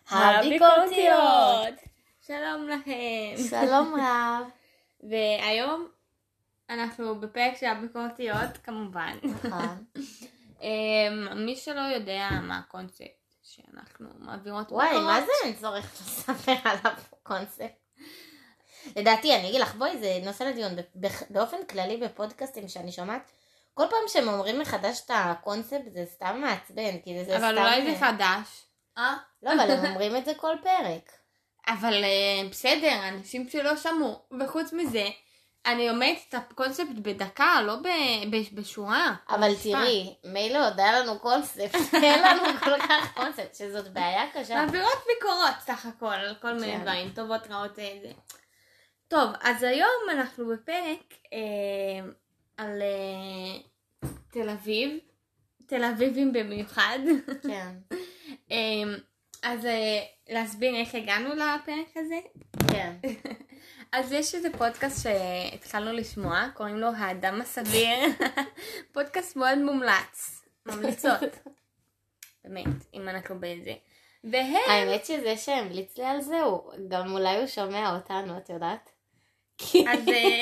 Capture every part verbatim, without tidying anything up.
הביקורתיות. שלום לכם. שלום רב. והיום אנחנו בפרק של הביקורתיות, כמובן. נכון. מי שלא יודע מה הקונספט שאנחנו מעבירות וואי, ביקורות. מה זה אין צורך לספר עליו קונספט? לדעתי, אני אגיד לך, בואי, זה נושא לדיון. באופן כללי בפודקאסטים שאני שומעת, כל פעם שהם אומרים מחדש את הקונספט, זה סתם מעצבן. כי זה אבל סתם... אולי זה חדש. אה? לא, אבל הם אומרים את זה כל פרק. אבל בסדר, אנשים שלא שמעו. וחוץ מזה, אני אומרת את הקונספט בדקה, לא בשורה. אבל תראי, מילא עוד היה לנו קונספט, אין לנו כל כך קונספט, שזאת בעיה קשה. מעבירות ביקורות סך הכל, כל מיני דברים, טובות רעות זה. טוב, אז היום אנחנו בפרק אה, על אה, תל אביב, תל אביבים במיוחד. כן. אה, אז אה, להסביר איך הגענו לפרק הזה. כן. אז יש איזה פודקאסט שהתחלנו לשמוע, קוראים לו האדם הסביר. פודקאסט מאוד מומלץ, ממליצות. באמת, אם אנחנו באיזה. והם... האמת שזה שהמליץ לי על זה, הוא, גם אולי הוא שומע אותנו, את יודעת? אז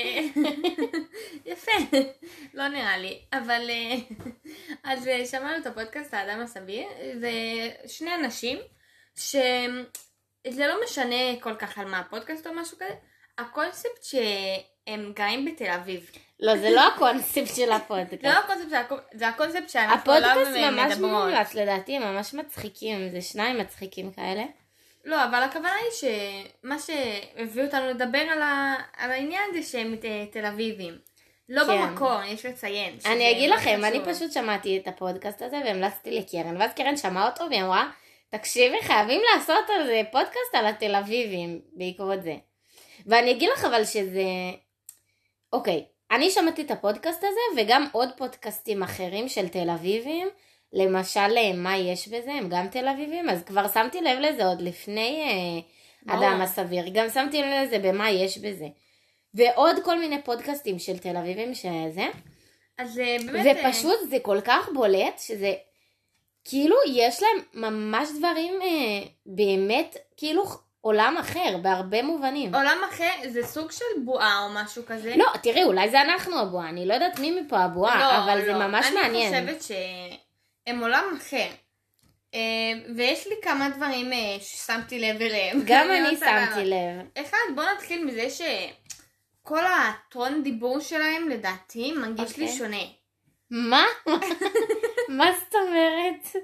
יפה, לא נראה לי, אבל אז שמענו את הפודקאסט האדם הסביר, זה שני אנשים שזה לא משנה כל כך על מה הפודקאסט או משהו כזה, הקונספט שהם גרים בתל אביב. לא, זה לא הקונספט של הפודקאסט. זה לא הקונספט, זה הקונספט שאנחנו עליו מדברות. הפודקאסט ממש מומלץ, לדעתי, ממש מצחיקים, זה שניים מצחיקים כאלה. לא, אבל הכוונה היא שמה שהביא אותנו לדבר על, ה... על העניין זה שהם תל אביבים. לא כן. במקור, יש לציין. אני אגיד לכם, אני פשוט שמעתי את הפודקאסט הזה והמלצתי לקרן, ואז קרן שמעה אותו והיא אמרה, תקשיבי, חייבים לעשות על זה פודקאסט על התל אביבים בעקבות זה. ואני אגיד לך אבל שזה... אוקיי, אני שמעתי את הפודקאסט הזה וגם עוד פודקאסטים אחרים של תל אביבים, למשל, מה יש בזה? הם גם תל אביבים, אז כבר שמתי לב לזה עוד לפני אה, אדם הסביר. גם שמתי לב לזה במה יש בזה. ועוד כל מיני פודקאסטים של תל אביבים שזה. אז באמת... ופשוט זה כל כך בולט, שזה כאילו יש להם ממש דברים אה, באמת, כאילו עולם אחר, בהרבה מובנים. עולם אחר זה סוג של בועה או משהו כזה? לא, תראי, אולי זה אנחנו הבועה, אני לא יודעת מי מפה הבועה, לא, אבל לא. זה ממש אני מעניין. אני חושבת שהם עולם אחר. ויש לי כמה דברים ששמתי לב אליהם. גם אני שמתי לב. אחד, בוא נתחיל מזה שכל הטון דיבור שלהם לדעתי מנגיש לי שונה. מה? מה זאת אומרת?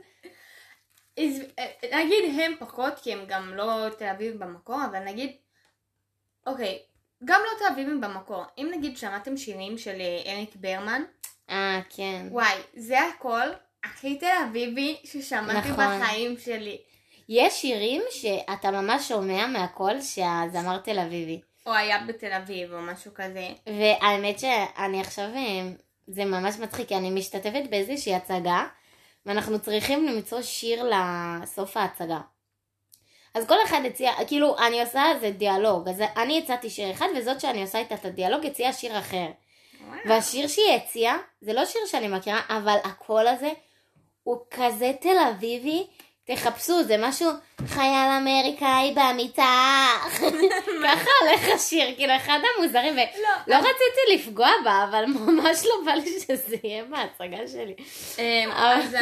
נגיד הם פחות, כי הם גם לא תל אביב במקור, אבל נגיד, אוקיי, גם לא תל אביבים במקור. אם נגיד שמעתם שירים של אריק ברמן, אה, כן. וואי, זה הכל הכי תל אביבי ששמעתי נכון. בחיים שלי. יש שירים שאתה ממש שומע מהקול שהזמר תל אביבי. או היה בתל אביב או משהו כזה. והאמת שאני עכשיו, זה ממש מצחיק, כי אני משתתפת באיזושהי הצגה, ואנחנו צריכים למצוא שיר לסוף ההצגה. אז כל אחד הציע, כאילו אני עושה איזה דיאלוג, אז אני הצעתי שיר אחד, וזאת שאני עושה איתה את הדיאלוג הציעה שיר אחר. וואו. והשיר שהיא הציעה, זה לא שיר שאני מכירה, אבל הקול הזה הוא כזה תל אביבי, תחפשו, זה משהו חייל אמריקאי במיטה, ככה הולך השיר, כאילו אחד המוזרים, ולא רציתי לפגוע בה, אבל ממש לא בא לי שזה יהיה בהצגה שלי. אז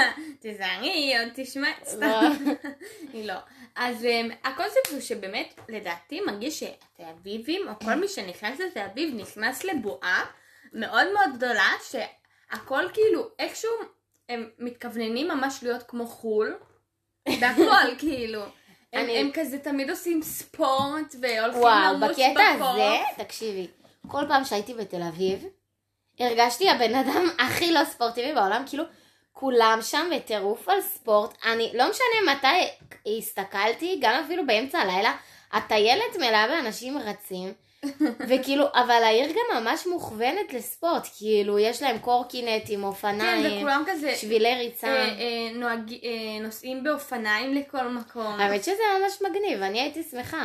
תזהרי, עוד תשמע, סתם, היא לא. אז הקונספט הוא שבאמת, לדעתי, מרגיש שהתל אביבים, או כל מי שנכנס לתל אביב, נכנס לבועה מאוד מאוד גדולה, שהכל כאילו, איכשהו, הם מתכווננים ממש להיות כמו חול, בהכל כאילו. הם, אני... הם כזה תמיד עושים ספורט והולכים וואו, למוש בחוף. וואו, בקטע הזה, תקשיבי, כל פעם שהייתי בתל אביב, הרגשתי הבן אדם הכי לא ספורטיבי בעולם, כאילו כולם שם בטירוף על ספורט. אני לא משנה מתי הסתכלתי, גם אפילו באמצע הלילה, הטיילת מלאה באנשים רצים, וכאילו, אבל העיר גם ממש מוכוונת לספורט, כאילו יש להם קורקינטים, אופניים, כן, וכולם כזה, שבילי ריצה. אה, אה, נוהג, אה, נוסעים באופניים לכל מקום. האמת שזה ממש מגניב, אני הייתי שמחה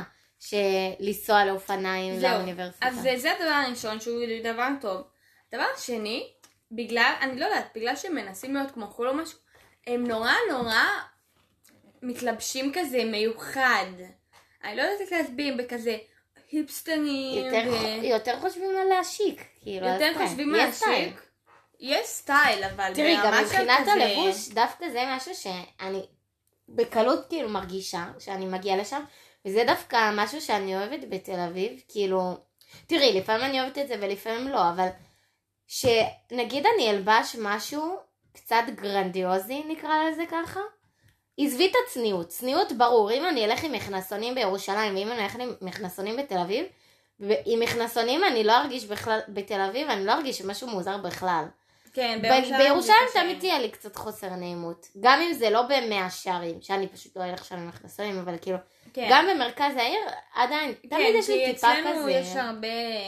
שלנסוע לאופניים לאוניברסיטה. אז זה, זה הדבר הראשון שהוא דבר טוב. דבר שני, בגלל, אני לא יודעת, בגלל שהם מנסים להיות כמו חול או משהו, הם נורא נורא מתלבשים כזה מיוחד. אני לא יודעת איך להסביר בכזה היפסטרים. יותר, ו... יותר חושבים על להשיק. כאילו, יותר חושבים על להשיק. יש סטייל, אבל תראי, גם מבחינת כזה... הלבוש, דווקא זה משהו שאני בקלות כאילו מרגישה שאני מגיעה לשם, וזה דווקא משהו שאני אוהבת בתל אביב, כאילו, תראי, לפעמים אני אוהבת את זה ולפעמים לא, אבל שנגיד אני אלבש משהו קצת גרנדיוזי, נקרא לזה ככה, עזבי את הצניעות, צניעות ברור, אם אני אלך עם מכנסונים בירושלים, ואם אני אלך עם מכנסונים בתל אביב, ועם מכנסונים אני לא ארגיש בכלל, בתל אביב, אני לא ארגיש משהו מוזר בכלל. כן, בירושלים, בירושלים תמיד תהיה לי קצת חוסר נעימות, גם אם זה לא במאה שערים, שאני פשוט לא אלך שם עם מכנסונים, אבל כאילו, כן. גם במרכז העיר, עדיין, כן, תמיד יש לי טיפה כזה. כן, כי אצלנו יש הרבה...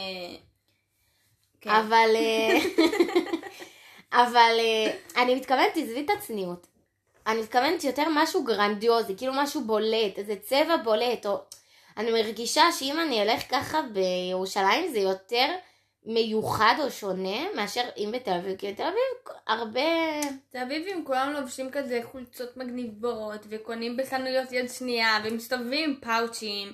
כן. אבל, אבל אני מתכוונת, תעזבי את הצניעות. אני מתכוונת יותר משהו גרנדיוזי, כאילו משהו בולט, איזה צבע בולט, או... אני מרגישה שאם אני אלך ככה בירושלים, זה יותר מיוחד או שונה, מאשר אם בתל אביב, כי בתל אביב הרבה... תל אביבים כולם לובשים כזה חולצות מגניבות, וקונים בחנויות יד שנייה, ומסתובבים עם פאוצ'ים.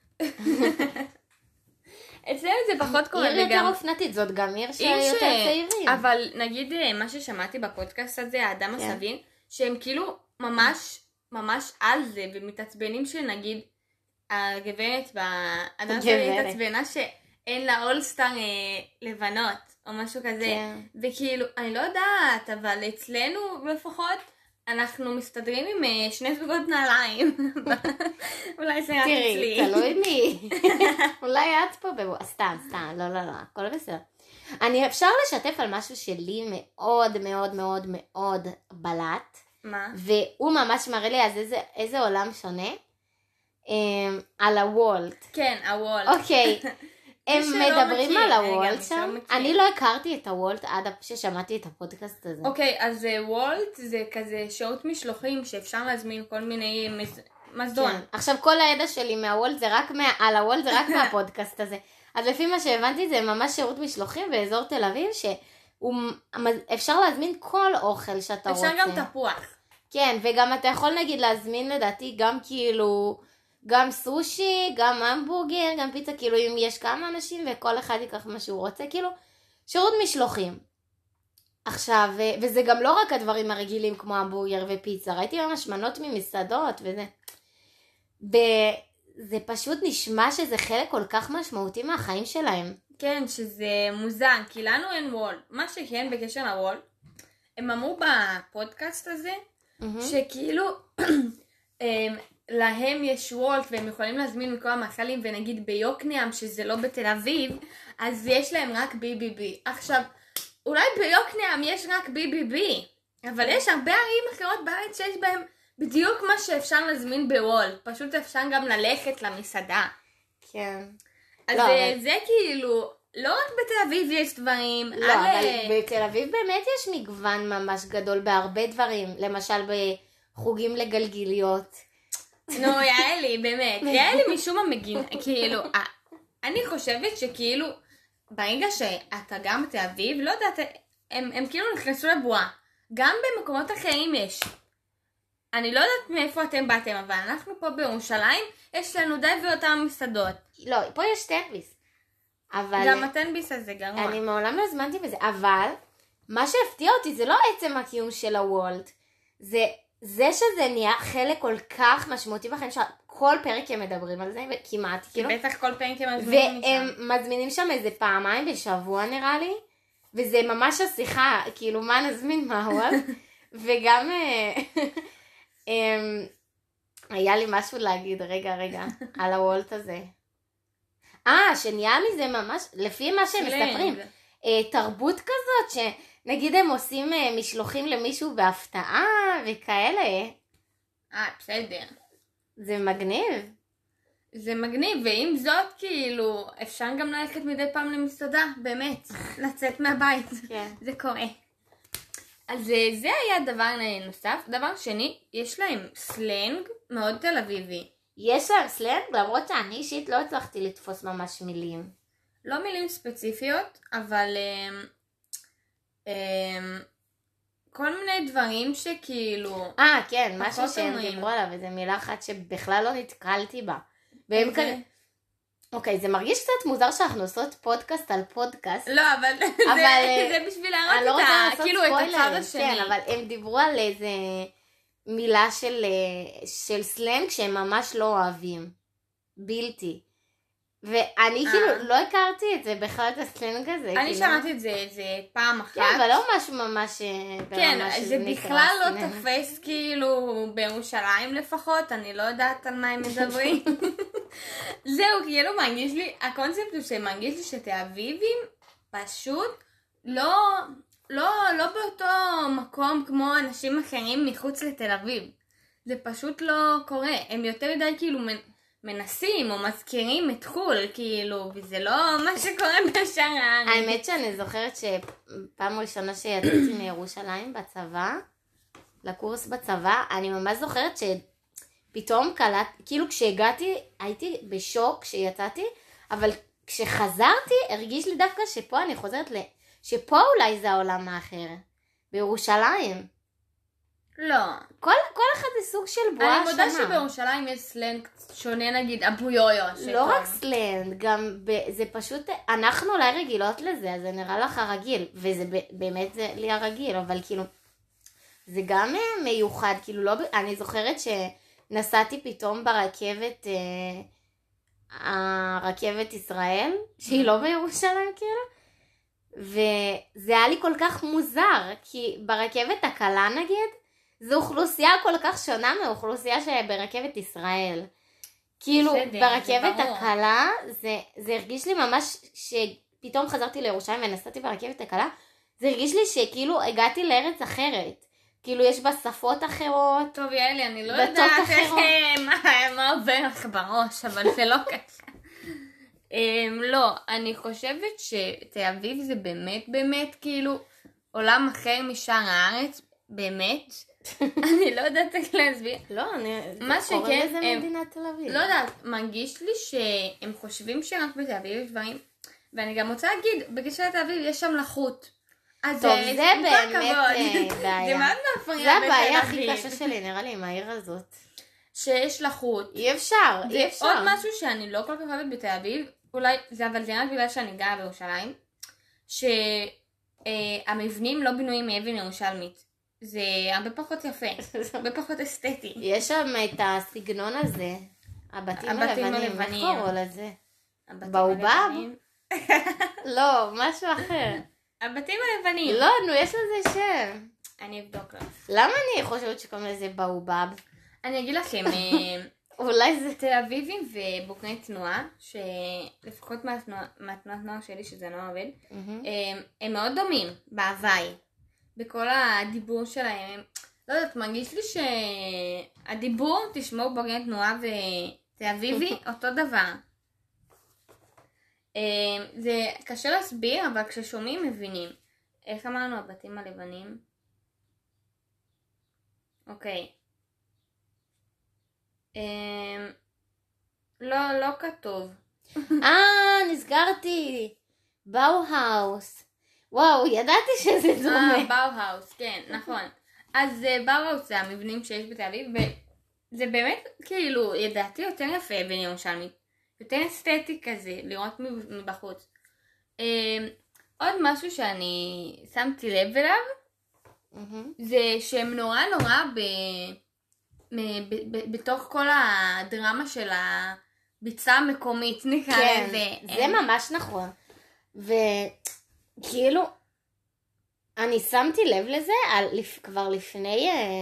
אצלנו זה פחות קורה. עיר יותר אופנתית, זאת גם עיר שיותר צעירים. אבל נגיד מה ששמעתי בפודקאסט הזה, האדם הסביר, שהם כאילו ממש, ממש על זה, ומתעצבנים שנגיד, הגברת, האדם הסביר התעצבנה שאין לה אולסטאר לבנות, או משהו כזה. וכאילו, אני לא יודעת, אבל אצלנו לפחות, אנחנו מסתדרים עם שני זוגות נעליים. אולי זה רק אצלי. תראי, תלוי מי. אולי את פה בבוא. סתם, סתם, לא, לא, לא, הכל בסדר. אני אפשר לשתף על משהו שלי מאוד מאוד מאוד מאוד בלט. מה? והוא ממש מראה לי אז איזה, איזה עולם שונה. על הוולט. כן, הוולט. אוקיי. הם מדברים על הוולט שם. אני לא הכרתי את הוולט עד ששמעתי את הפודקאסט הזה. אוקיי, אז וולט זה כזה שעות משלוחים שאפשר להזמין כל מיני מזון. עכשיו כל הידע שלי מהוולט זה רק על הוולט זה רק מהפודקאסט הזה. אז לפי מה שהבנתי זה ממש שירות משלוחים באזור תל אביב שאפשר להזמין כל אוכל שאתה רוצה. אפשר גם תפוח. כן, וגם אתה יכול נגיד להזמין לדעתי גם כאילו... גם סושי, גם המבורגר, גם פיצה, כאילו אם יש כמה אנשים וכל אחד ייקח מה שהוא רוצה, כאילו שירות משלוחים. עכשיו, וזה גם לא רק הדברים הרגילים כמו המבורגר ופיצה, ראיתי ממש מנות ממסעדות וזה. זה פשוט נשמע שזה חלק כל כך משמעותי מהחיים שלהם. כן, שזה מוזן, כי לנו אין וול. מה שכן בקשר לוול, הם אמרו בפודקאסט הזה, mm-hmm. שכאילו... להם יש וולט והם יכולים להזמין מכל המאכלים, ונגיד ביוקנעם שזה לא בתל אביב, אז יש להם רק בי בי בי. עכשיו, אולי ביוקנעם יש רק בי בי בי, אבל יש הרבה ערים אחרות בארץ שיש בהם בדיוק מה שאפשר להזמין בוולט. פשוט אפשר גם ללכת למסעדה. כן. אז לא, זה, אבל... זה כאילו, לא רק בתל אביב יש דברים. לא, על... אבל בתל אביב באמת יש מגוון ממש גדול בהרבה דברים. למשל בחוגים לגלגיליות. נו, יאלי, באמת. יאלי משום המגין, כאילו, אני חושבת שכאילו, ברגע שאתה גם בתל אביב, לא יודעת, הם, הם כאילו נכנסו לבועה. גם במקומות אחרים יש. אני לא יודעת מאיפה אתם באתם, אבל אנחנו פה בירושלים, יש לנו די ואותם מסעדות. לא, פה יש טנביס. אבל... גם הטנביס הזה גרוע. אני מעולם לא הזמנתי בזה, אבל מה שהפתיע אותי זה לא עצם הקיום של הוולט, זה... זה שזה נהיה חלק כל כך משמעותי בחיים שלך, כל פרק הם מדברים על זה, כמעט, כאילו. בטח כל פרק הם מזמינים משם. והם מזמינים שם איזה פעמיים בשבוע נראה לי, וזה ממש השיחה, כאילו מה נזמין, מה הוואל, וגם היה לי משהו להגיד, רגע, רגע, על הוולט הזה. אה, שנהיה מזה ממש, לפי מה שהם מספרים, תרבות כזאת ש... נגיד הם עושים משלוחים למישהו בהפתעה וכאלה. אה, בסדר. זה מגניב. זה מגניב, ועם זאת כאילו אפשר גם ללכת מדי פעם למסעדה, באמת, לצאת מהבית. כן. זה קורה. אז זה היה דבר נוסף. דבר שני, יש להם סלנג מאוד תל אביבי. יש להם סלנג? למרות שאני אישית לא הצלחתי לתפוס ממש מילים. לא מילים ספציפיות, אבל... כל מיני דברים שכאילו... אה, כן, משהו פחות שהם אומרים. דיברו עליו, וזו מילה אחת שבכלל לא נתקלתי בה. והם כאלה... אוקיי, זה מרגיש קצת מוזר שאנחנו עושות פודקאסט על פודקאסט. לא, אבל זה- אבל, זה בשביל אני לא להראות את רוצה ה... לעשות כאילו את הצד ספוילרים, השני. כן, אבל הם דיברו על איזה מילה של, אה, של סלנג שהם ממש לא אוהבים. בלתי. ואני אה. כאילו לא הכרתי את זה בכלל, את הסלנג הזה. אני כאילו. שמעתי את זה, זה פעם אחת. כן, אבל לא משהו ממש אה, כן, ברמה של זה נקרא בכלל לא סלנג. תופס כאילו בירושלים לפחות, אני לא יודעת על מה הם מדברים. זהו, כאילו מרגיש לי, הקונספט הוא שמרגיש לי שתל אביבים פשוט לא, לא, לא באותו מקום כמו אנשים אחרים מחוץ לתל אביב. זה פשוט לא קורה, הם יותר מדי כאילו מנ- מנסים או מזכירים את חול, כאילו, וזה לא מה שקורה בשאר הארץ. האמת שאני זוכרת שפעם ראשונה שיצאתי מירושלים בצבא, לקורס בצבא, אני ממש זוכרת שפתאום קלט, כאילו כשהגעתי הייתי בשוק כשיצאתי, אבל כשחזרתי הרגיש לי דווקא שפה אני חוזרת ל... שפה אולי זה העולם האחר, בירושלים. לא. כל, כל אחד זה סוג של בועה אני מודה שונה. שבירושלים יש סלנג שונה נגיד, אבו יויו. לא רק סלנג, גם ב, זה פשוט, אנחנו אולי רגילות לזה, אז זה נראה לך הרגיל, וזה ב, באמת זה לי הרגיל, אבל כאילו, זה גם אה, מיוחד, כאילו לא, ב- אני זוכרת שנסעתי פתאום ברכבת, אה, הרכבת ישראל, שהיא לא בירושלים כאילו, וזה היה לי כל כך מוזר, כי ברכבת הקלה נגיד, זו אוכלוסייה כל כך שונה מאוכלוסייה שברכבת ישראל. כאילו, בסדר, ברכבת זה ברור. הקלה, זה, זה הרגיש לי ממש, שפתאום חזרתי לירושלים ונסעתי ברכבת הקלה, זה הרגיש לי שכאילו הגעתי לארץ אחרת. כאילו, יש בה שפות אחרות. טוב, יאלי, אני לא דתות יודעת איך, אחרות. מה, מה עובר לך בראש, אבל זה לא ככה. um, לא, אני חושבת שתל אביב זה באמת באמת כאילו עולם אחר משאר הארץ, באמת. אני לא יודעת איך להסביר. לא, אני... מה קוראים שכן, לזה הם- מדינת תל אביב. לא יודעת, מרגיש לי שהם חושבים שרק בתל אביב יש דברים, ואני גם רוצה להגיד, בקשר לתל אביב יש שם לחות. אז טוב, אה, זה עם כל באמת הכבוד. אה, בעיה. זה מאוד מפריע זה הבעיה בתל הכי אביב. קשה שלי, נראה לי, עם העיר הזאת. שיש לחות. אי אפשר, אי אפשר. ועוד משהו שאני לא כל כך אוהבת בתל אביב, אולי, זה אבל זה רק בגלל שאני גרה בירושלים, שהמבנים לא בנויים מאבן ירושלמית. זה הרבה פחות יפה, הרבה פחות אסתטי. יש שם את הסגנון הזה, הבתים הבתים הלבנים, איך הלבנים. קוראו לזה? הבתים באובב? הלבנים. לא, משהו אחר. הבתים הלבנים. לא, נו, יש לזה שם. אני אבדוק לך. למה אני חושבת שקוראים לזה באובב? אני אגיד לכם, אה, אולי זה... תל אביבים ובוגרי תנועה, שלפחות מהתנועה- מהתנועת נוער שלי, שזה נוער עובד, מהמם. הם, הם מאוד דומים בהוואי, בכל הדיבור שלהם. לא יודעת, מרגיש לי שהדיבור, תשמעו בוגרי תנועה ותל אביבי, אותו דבר. אה, זה קשה להסביר, אבל כששומעים מבינים. איך אמרנו הבתים הלבנים? אוקיי. אה, לא, לא כתוב. אה, נזכרתי. באו-האוס. וואו, ידעתי שזה אה, דומה. באו-האוס, כן, נכון. אז אה, באו-האוס זה המבנים שיש בתל אביב, וזה באמת, כאילו, ידעתי יותר יפה בין ירושלמית. יותר אסתטי כזה, לראות מבחוץ. אה, עוד משהו שאני שמתי לב אליו, מהמם. זה שהם נורא נורא ב... מ- ב- ב- בתוך כל הדרמה של הביצה המקומית, נקרא כן, לזה. זה ממש נכון. וכאילו, אני שמתי לב לזה על, לפ- כבר לפני אה,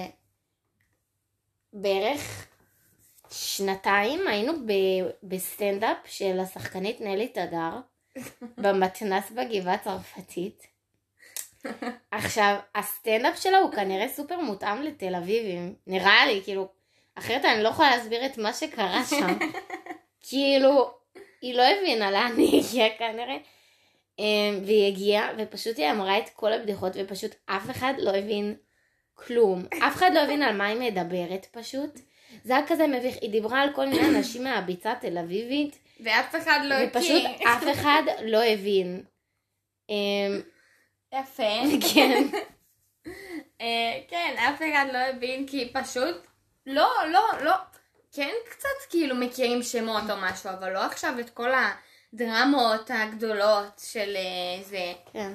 בערך שנתיים, היינו ב- בסטנדאפ של השחקנית נלי תדר, במתנס בגבעה הצרפתית. עכשיו, הסטנדאפ שלה הוא כנראה סופר מותאם לתל אביבים, נראה לי, כאילו, אחרת אני לא יכולה להסביר את מה שקרה שם. כאילו, היא לא הבינה לאן היא הגיעה כנראה, אמ, והיא הגיעה, ופשוט היא אמרה את כל הבדיחות, ופשוט אף אחד לא הבין כלום. אף אחד לא הבין על מה היא מדברת פשוט. זה היה כזה מביך, היא דיברה על כל מיני אנשים מהביצה התל אביבית, ואף אחד לא ופשוט הכיר. אף אחד לא הבין. אמ, יפה. כן. אה, כן, אף אחד לא הבין, כי פשוט, לא, לא, לא, כן קצת כאילו מכירים שמות או משהו, אבל לא עכשיו את כל הדרמות הגדולות של אה, זה. כן.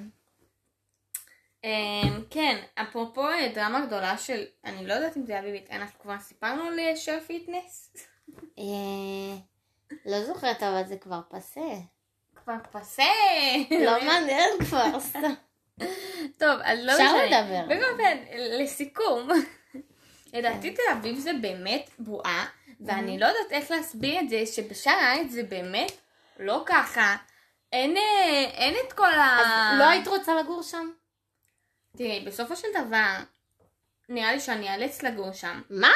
אה, כן, אפרופו אה, דרמה גדולה של, אני לא יודעת אם זה אביבית, אנחנו כבר סיפרנו על שר פיטנס? אה, לא זוכרת, אבל זה כבר פסה. כבר פסה. לא מעניין כבר, סתם. טוב, אז לא אפשר משנה. לדבר. בכל אופן, לסיכום, לדעתי תל אביב זה באמת בועה, ואני לא יודעת איך להסביר את זה, שבשאר הארץ זה באמת לא ככה. אין, אה, אין את כל ה... אז לא היית רוצה לגור שם? תראי, בסופו של דבר, נראה לי שאני אאלץ לגור שם. מה?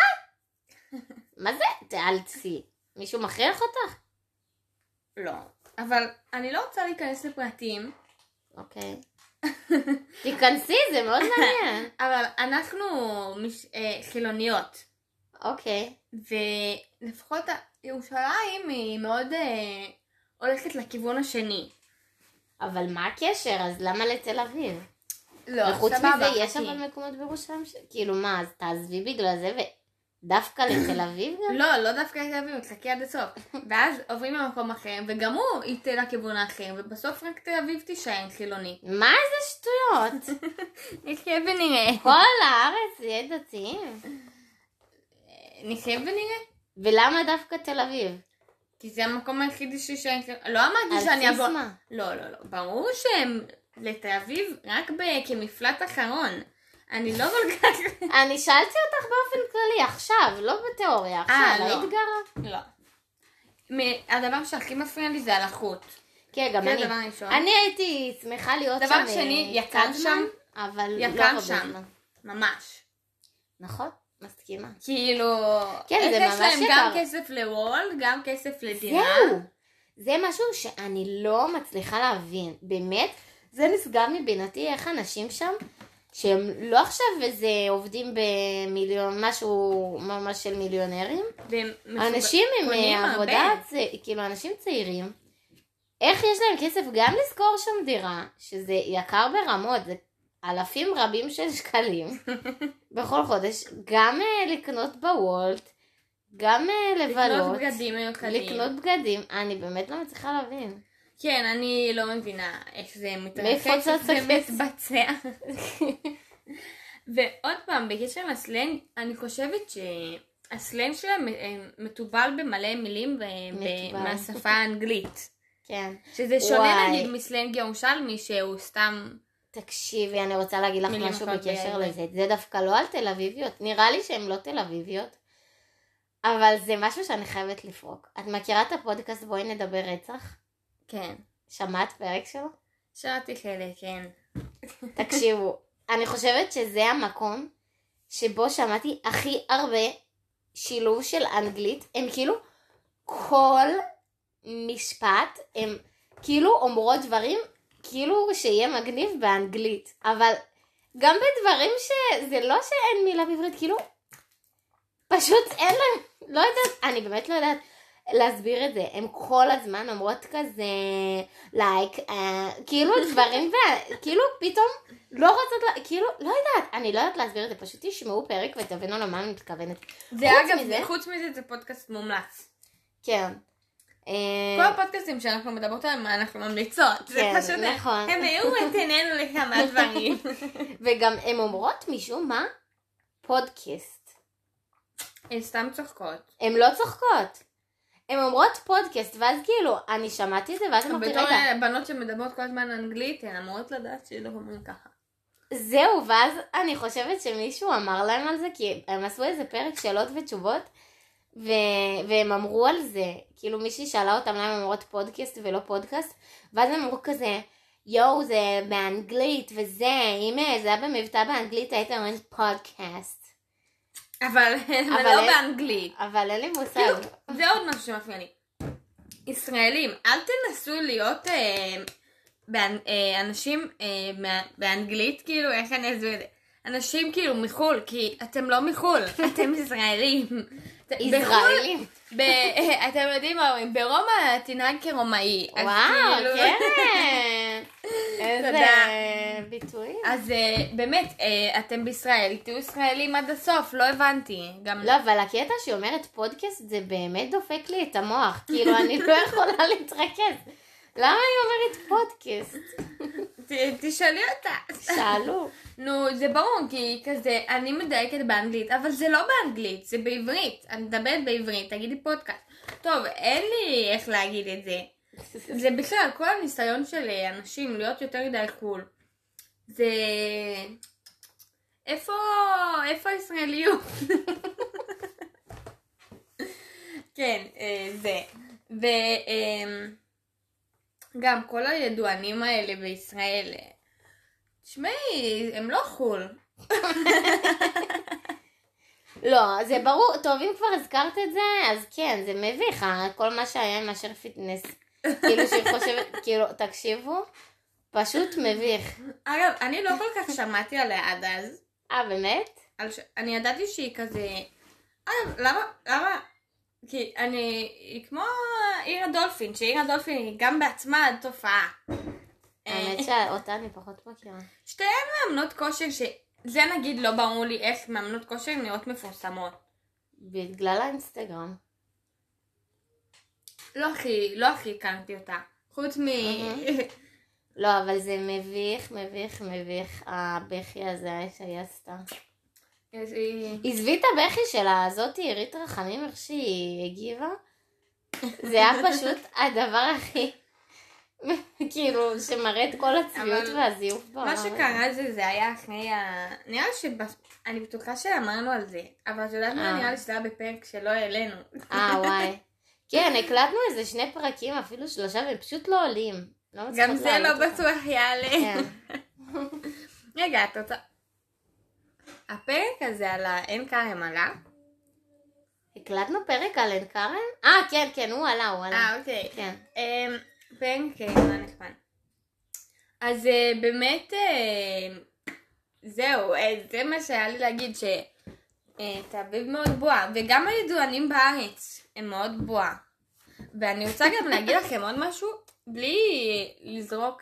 מה זה? תאלצי. מישהו מכריח אותך? לא. אבל אני לא רוצה להיכנס לפרטים. אוקיי. תיכנסי, זה מאוד מעניין. אבל אנחנו מש... אה, חילוניות. אוקיי. ולפחות ירושלים היא מאוד אה, הולכת לכיוון השני. אבל מה הקשר? אז למה לתל אביב? לא, וחוץ סבבה, מזה, יש חכי. אבל מקומות בירושלים ש... כאילו מה, אז תעזבי בגלל זה ודווקא לתל אביב גם? לא, לא דווקא לתל אביב, תחכי עד הסוף. ואז עוברים למקום אחר, וגם הוא ייתה לכיוון האחר, ובסוף רק תל אביב תישאר חילונית. מה איזה שטויות? נחיה ונראה. כל הארץ יהיה דתיים. נחיה ונראה. ולמה דווקא תל אביב? כי זה המקום היחידי שישאר חילונית. לא אמרתי על שאני בסיס אבוא... מה? לא, לא, לא. ברור שהם לתל אביב רק ב... כמפלט אחרון. אני לא כל כך... אני שאלתי אותך באופן כללי, עכשיו, לא בתיאוריה, עכשיו, לא. היית גרה? לא. מ- הדבר שהכי מפריע לי זה הלחות. כן, גם זה אני. הדבר הראשון. אני הייתי שמחה להיות שם. דבר שני, אה, יקר קצת שם. זמן, אבל לא יקר הרבה שם. זמן. ממש. נכון, מסכימה. כאילו... כן, זה יש ממש להם גם יקר. כסף לוולד, גם כסף לדירה. זהו. זה משהו שאני לא מצליחה להבין. באמת, זה נסגר מבינתי איך אנשים שם, שהם לא עכשיו איזה עובדים במיליון, משהו ממש של מיליונרים. והם מסוג- אנשים עם קונים אה, עבודה, הרבה. צ- כאילו אנשים צעירים, איך יש להם כסף גם לשכור שם דירה, שזה יקר ברמות, זה אלפים רבים של שקלים בכל חודש, גם אה, לקנות בוולט, גם אה, לבלות, לקנות בגדים מיוחדים. לקנות בגדים, אני באמת לא מצליחה להבין. כן, אני לא מבינה איך זה מאיפה מתרחש, זה איך זה הכסף? מתבצע. ועוד פעם, בקשר לסלנג, אני חושבת שהסלנג שלהם אה, מתובל במלא מילים ב- ב- מתובל. מהשפה האנגלית. כן. שזה שונה וואי. נגיד מסלנג ירושלמי שהוא סתם... תקשיבי, אני רוצה להגיד לך מילים משהו אחרות בקשר בעברית. לזה. זה דווקא לא על תל אביביות. נראה לי שהן לא תל אביביות. אבל זה משהו שאני חייבת לפרוק. את מכירה את הפודקאסט בואי נדבר רצח? כן. שמעת פרק שלו? שמעתי חלק, כן. תקשיבו, אני חושבת שזה המקום שבו שמעתי הכי הרבה שילוב של אנגלית. הם כאילו כל משפט, הם כאילו אומרות דברים כאילו שיהיה מגניב באנגלית. אבל גם בדברים שזה לא שאין מילה בעברית, כאילו פשוט אין להם, לא יודעת, אני באמת לא יודעת להסביר את זה. הם כל הזמן אומרות כזה, like, uh, כאילו דברים, ו- כאילו פתאום לא רוצות, לה, כאילו, לא יודעת, אני לא יודעת להסביר את זה, פשוט תשמעו פרק ותבינו למה אני מתכוונת. זה חוץ אגב, מזה- חוץ מזה זה פודקאסט מומלץ. כן. כל אה, הפודקאסטים שאנחנו מדברות עליהם, אנחנו ממליצות. זה כן, פשוט, נכון. הם העירו את עינינו לכמה דברים. וגם הן אומרות משום מה, פודקאסט. הן סתם צוחקות. הן לא צוחקות. הן אומרות פודקאסט, ואז כאילו, אני שמעתי את זה, ואז אמרתי, בתור רגע, בנות שמדברות כל הזמן אנגלית, הן אמורות לדעת שלא אומרים ככה. זהו, ואז אני חושבת שמישהו אמר להם על זה, כי הם עשו איזה פרק שאלות ותשובות, ו... והם אמרו על זה, כאילו מישהי שאלה אותם למה הם אומרות פודקאסט ולא פודקאסט, ואז הם אמרו כזה, יואו, זה באנגלית וזה, אם זה היה במבטא באנגלית, היית אומרת פודקאסט. אבל זה אבל לא אין- באנגלית. אבל אין לי מושג. כאילו, זה עוד משהו שמפריע לי. ישראלים, אל תנסו להיות אה, באנ- אה, אנשים אה, מה- באנגלית, כאילו, איך אני אסביר את זה? אנשים כאילו מחול, כי אתם לא מחול, אתם ישראלים. ישראלים. ב- אה, אתם יודעים מה אומרים, ברומא תנהג כרומאי. אז וואו, כאילו- כן. איזה ביטוי. אז באמת, אתם בישראל, תהיו ישראלים עד הסוף, לא הבנתי. לא, אבל הקטע שהיא אומרת פודקאסט, זה באמת דופק לי את המוח. כאילו, אני לא יכולה להתרכז. למה היא אומרת פודקאסט? תשאלי אותה. שאלו. נו, זה ברור, כי כזה, אני מדייקת באנגלית, אבל זה לא באנגלית, זה בעברית. אני מדברת בעברית, תגידי פודקאסט. טוב, אין לי איך להגיד את זה. זה בכלל, כל הניסיון של אנשים להיות יותר מדי קול. זה... איפה... איפה הישראליות? כן, זה. וגם כל הידוענים האלה בישראל, תשמעי, הם לא חול. לא, זה ברור, טוב, אם כבר הזכרת את זה, אז כן, זה מביך, כל מה שהיה עם אשר פיטנס, כאילו שהיא חושבת, כאילו, תקשיבו, פשוט מביך. אגב, אני לא כל כך שמעתי עליה עד אז. אה, באמת? אני ידעתי שהיא כזה, אגב, למה, למה, כי אני, היא כמו עיר הדולפין, שעיר הדולפין היא גם בעצמה תופעה. האמת שאותה אני פחות מכירה. שתיהן מאמנות כושר ש... זה נגיד לא ברור לי איך מאמנות כושר נראות מפורסמות. בגלל האינסטגרם. לא הכי, לא הכי הכרתי אותה. חוץ מ... לא, אבל זה מביך, מביך, מביך. הבכי הזה שהיה סתם. עזבי את הבכי שלה, זאת עירית רחמים איך שהיא הגיבה. זה היה פשוט הדבר הכי... כאילו, שמראה את כל הצביעות והזיוף בעולם. מה שקרה זה, זה היה אחרי ה... נראה לי אני בטוחה שאמרנו על זה, אבל את יודעת מה נראה לי שזה היה בפרק שלא העלינו. אה, וואי. כן, הקלטנו איזה שני פרקים, אפילו שלושה, והם פשוט לא עולים. גם זה לא בטוח יעלה. רגע, את רוצה... הפרק הזה על האין כרם עלה? הקלטנו פרק על אין כרם? אה, כן, כן, הוא עלה, הוא עלה. אה, אוקיי. כן. פרק לא נחמד. אז באמת, זהו, זה מה שהיה לי להגיד, שתל אביב מאוד בועה, וגם הידוענים בארץ הם מאוד בועה. ואני רוצה גם להגיד לכם עוד משהו, בלי לזרוק,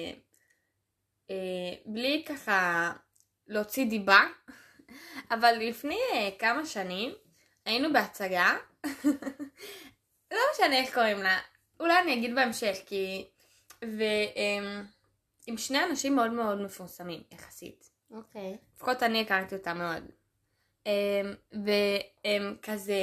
בלי ככה להוציא דיבה, אבל לפני כמה שנים היינו בהצגה, לא משנה איך קוראים לה, אולי אני אגיד בהמשך, כי... ועם שני אנשים מאוד מאוד מפורסמים, יחסית. אוקיי. לפחות אני הכרתי אותם מאוד. והם כזה...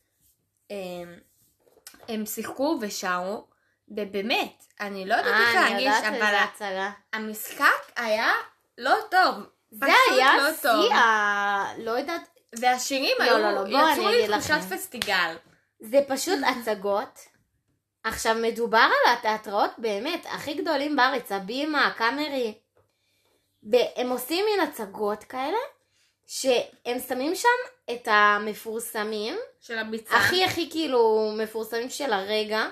הם שיחקו ושרו, ובאמת, אני לא יודעת איך להרגיש, אבל המשחק היה לא טוב. זה היה שיא ה... לא יודעת... והשירים היו... יצרו לי תחושת פסטיגל. זה פשוט הצגות. עכשיו מדובר על התיאטראות באמת הכי גדולים בארץ, הבימה, הקאמרי. הם עושים מין הצגות כאלה, שהם שמים שם את המפורסמים. של הביצה. הכי הכי כאילו מפורסמים של הרגע.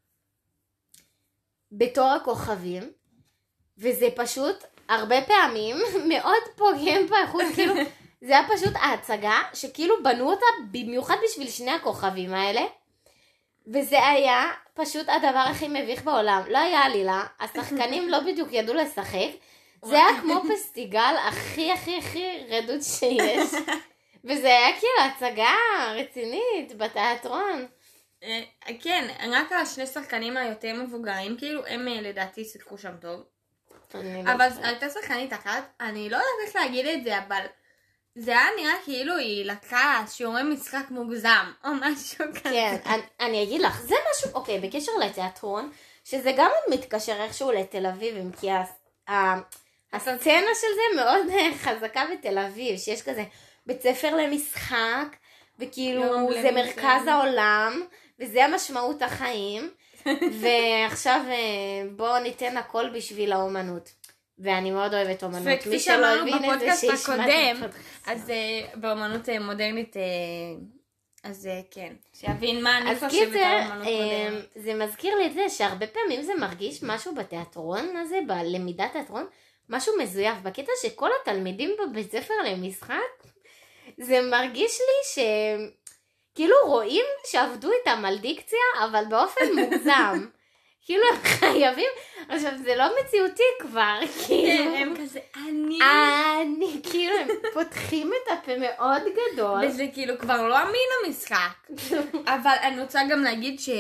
בתור הכוכבים. וזה פשוט הרבה פעמים מאוד פוגם באיכות, כאילו, זה היה פשוט ההצגה שכאילו בנו אותה במיוחד בשביל שני הכוכבים האלה. וזה היה פשוט הדבר הכי מביך בעולם. לא היה עלילה, השחקנים לא בדיוק ידעו לשחק. זה היה כמו פסטיגל הכי הכי הכי רדוד שיש. וזה היה כאילו הצגה רצינית בתיאטרון. כן, רק השני שחקנים היותר מבוגרים, כאילו הם לדעתי שיחקו שם טוב. אבל הייתה שחקנית אחת, אני לא יודעת איך להגיד את זה, אבל זה היה נראה כאילו היא לקחה שיעורי משחק מוגזם, או משהו כזה. כן, אני, אני אגיד לך, זה משהו, אוקיי, בקשר לתיאטרון, שזה גם מתקשר איכשהו לתל אביב, כי הסצנה של זה מאוד חזקה בתל אביב, שיש כזה בית ספר למשחק, וכאילו זה מרכז העולם, וזה המשמעות החיים, ועכשיו בואו ניתן הכל בשביל האומנות. ואני מאוד אוהבת אומנות. מי שלא הבין את זה שישמע את זה. אז באומנות מודרנית, אז כן, שיבין מה אני חושבת על אומנות מודרנית. זה מזכיר לי את זה שהרבה פעמים זה מרגיש משהו בתיאטרון הזה, בלמידת תיאטרון, משהו מזויף, בקטע שכל התלמידים בבית ספר למשחק, זה מרגיש לי ש... כאילו רואים שעבדו איתם על דיקציה, אבל באופן מוגזם. כאילו הם חייבים, עכשיו זה לא מציאותי כבר, כאילו. הם כזה, אני... אני, כאילו הם פותחים את הפה מאוד גדול. וזה כאילו כבר לא אמין המשחק. אבל אני רוצה גם להגיד ש...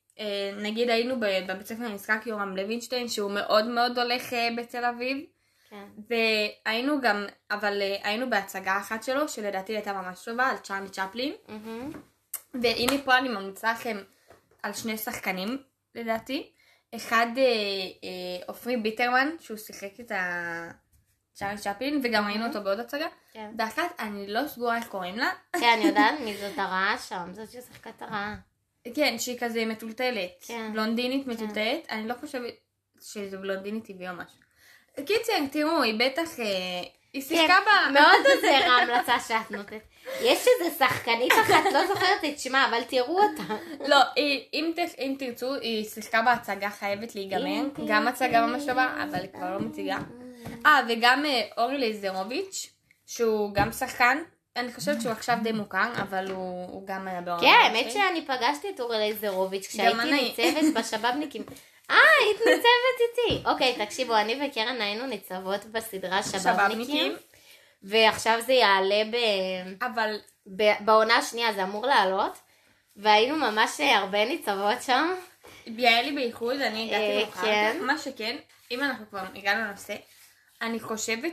נגיד היינו בבית ספר המשחק יורם לוינשטיין, שהוא מאוד מאוד הולך בתל אביב. כן. והיינו גם, אבל היינו בהצגה אחת שלו, שלדעתי הייתה ממש טובה, על צ'ארלי צ'פלין. והנה פה אני ממליצה לכם על שני שחקנים, לדעתי. אחד, אופרי ביטרמן, שהוא שיחק את צ'ארלי צ'פלין, וגם ראינו אותו בעוד הצגה. ואחת, אני לא סגורה איך קוראים לה. כן, אני יודעת מי זאת הרעה שם, זאת ששחקת הרעה. כן, שהיא כזה מטולטלת. בלונדינית מטולטלת. אני לא חושבת שזו בלונדינית טבעי או משהו. קיצר, תראו, היא בטח, היא שיחקה בה... מאוד עוזר ההמלצה שאת נותנת. יש איזה שחקנית אחת, לא זוכרת את שמה, אבל תראו אותה. לא, אם תרצו, היא שיחקה בהצגה חייבת להיגמר. גם הצגה ממש טובה, אבל היא כבר לא מציגה. אה, וגם אורי לייזרוביץ', שהוא גם שחקן. אני חושבת שהוא עכשיו די מוכר, אבל הוא גם היה בעולם. כן, האמת שאני פגשתי את אורי לייזרוביץ' כשהייתי ניצבת בשבאבניקים. אה, היית ניצבת איתי. אוקיי, תקשיבו, אני וקרן היינו ניצבות בסדרה שבאבניקים, ועכשיו זה יעלה ב... אבל... בעונה השנייה זה אמור לעלות, והיינו ממש הרבה ניצבות שם. היה לי בייחוד, אני הגעתי מאוחר. מה שכן, אם אנחנו כבר הגענו לנושא, אני חושבת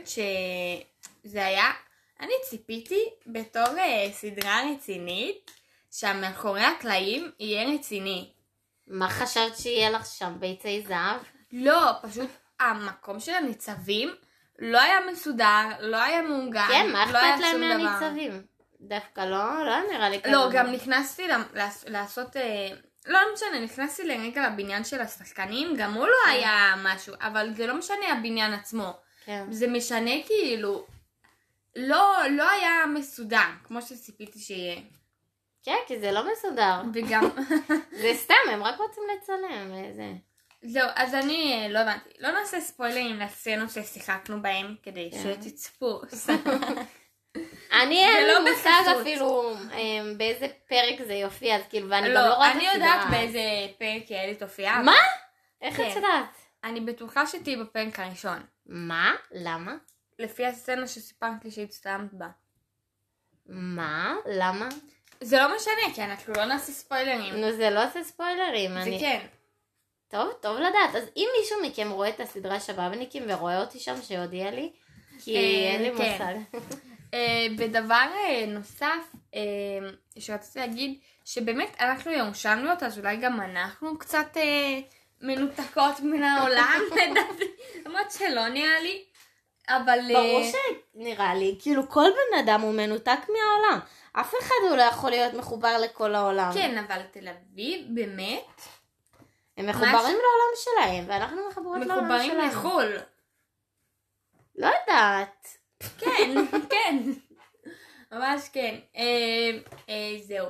שזה היה... אני ציפיתי בתור סדרה רצינית, שהמאחורי הקלעים יהיה רציני. מה חשבת שיהיה לך שם? ביצי זהב? לא, פשוט המקום של הניצבים לא היה מסודר, לא היה מאורגן. כן, מה אכפת להם מהניצבים? דווקא לא, לא נראה לי כזה. לא, גם נכנסתי לעשות, לא משנה, נכנסתי לרגע לבניין של השחקנים, גם הוא לא היה משהו, אבל זה לא משנה הבניין עצמו. זה משנה כאילו, לא, לא היה מסודר, כמו שציפיתי שיהיה. כן, כי זה לא מסודר. וגם... זה סתם, הם רק רוצים לצלם וזה. זהו, אז אני לא הבנתי. לא נעשה ספוילרים לסצנות ששיחקנו בהם, כדי שתצפו. אני אין לי מושג אפילו באיזה פרק זה יופיע, אז כאילו, ואני גם לא רואה את הסדרה. אני יודעת באיזה פרק יהיה לי תופיע. מה? איך את יודעת? אני בטוחה שתהי בפרק הראשון. מה? למה? לפי הסצנה שסיפרתי שהצטלמת בה. מה? למה? זה לא משנה, כי אנחנו לא נעשה ספוילרים. נו, זה לא עושה ספוילרים. זה כן. טוב, טוב לדעת. אז אם מישהו מכם רואה את הסדרה שבאבניקים ורואה אותי שם, שיודיע לי, כי אין לי מושג. ודבר נוסף שרציתי להגיד, שבאמת אנחנו ירושלמיות, אז אולי גם אנחנו קצת מנותקות מן העולם, למרות שלא נראה לי. אבל... ברור שנראה לי, כאילו כל בן אדם הוא מנותק מהעולם. אף אחד הוא לא יכול להיות מחובר לכל העולם. כן, אבל תל אביב באמת... הם מחוברים לעולם שלהם, ואנחנו מחברות לעולם שלהם. מחוברים לחול. לא יודעת. כן, כן. ממש כן. זהו.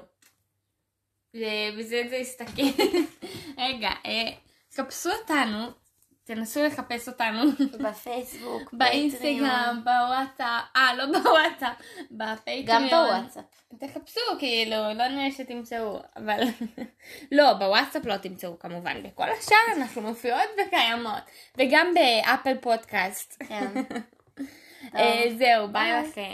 וזה זה הסתכל. רגע, חפשו אותנו. תנסו לחפש אותנו. בפייסבוק, באינסטגרם, בוואטסאפ. אה, לא בוואטסאפ. בפייטריון. גם בוואטסאפ. תחפשו, כאילו, לא נראה שתמצאו. אבל... לא, בוואטסאפ לא תמצאו כמובן. בכל השאר אנחנו מופיעות וקיימות. וגם באפל פודקאסט. כן. זהו, ביי לכם.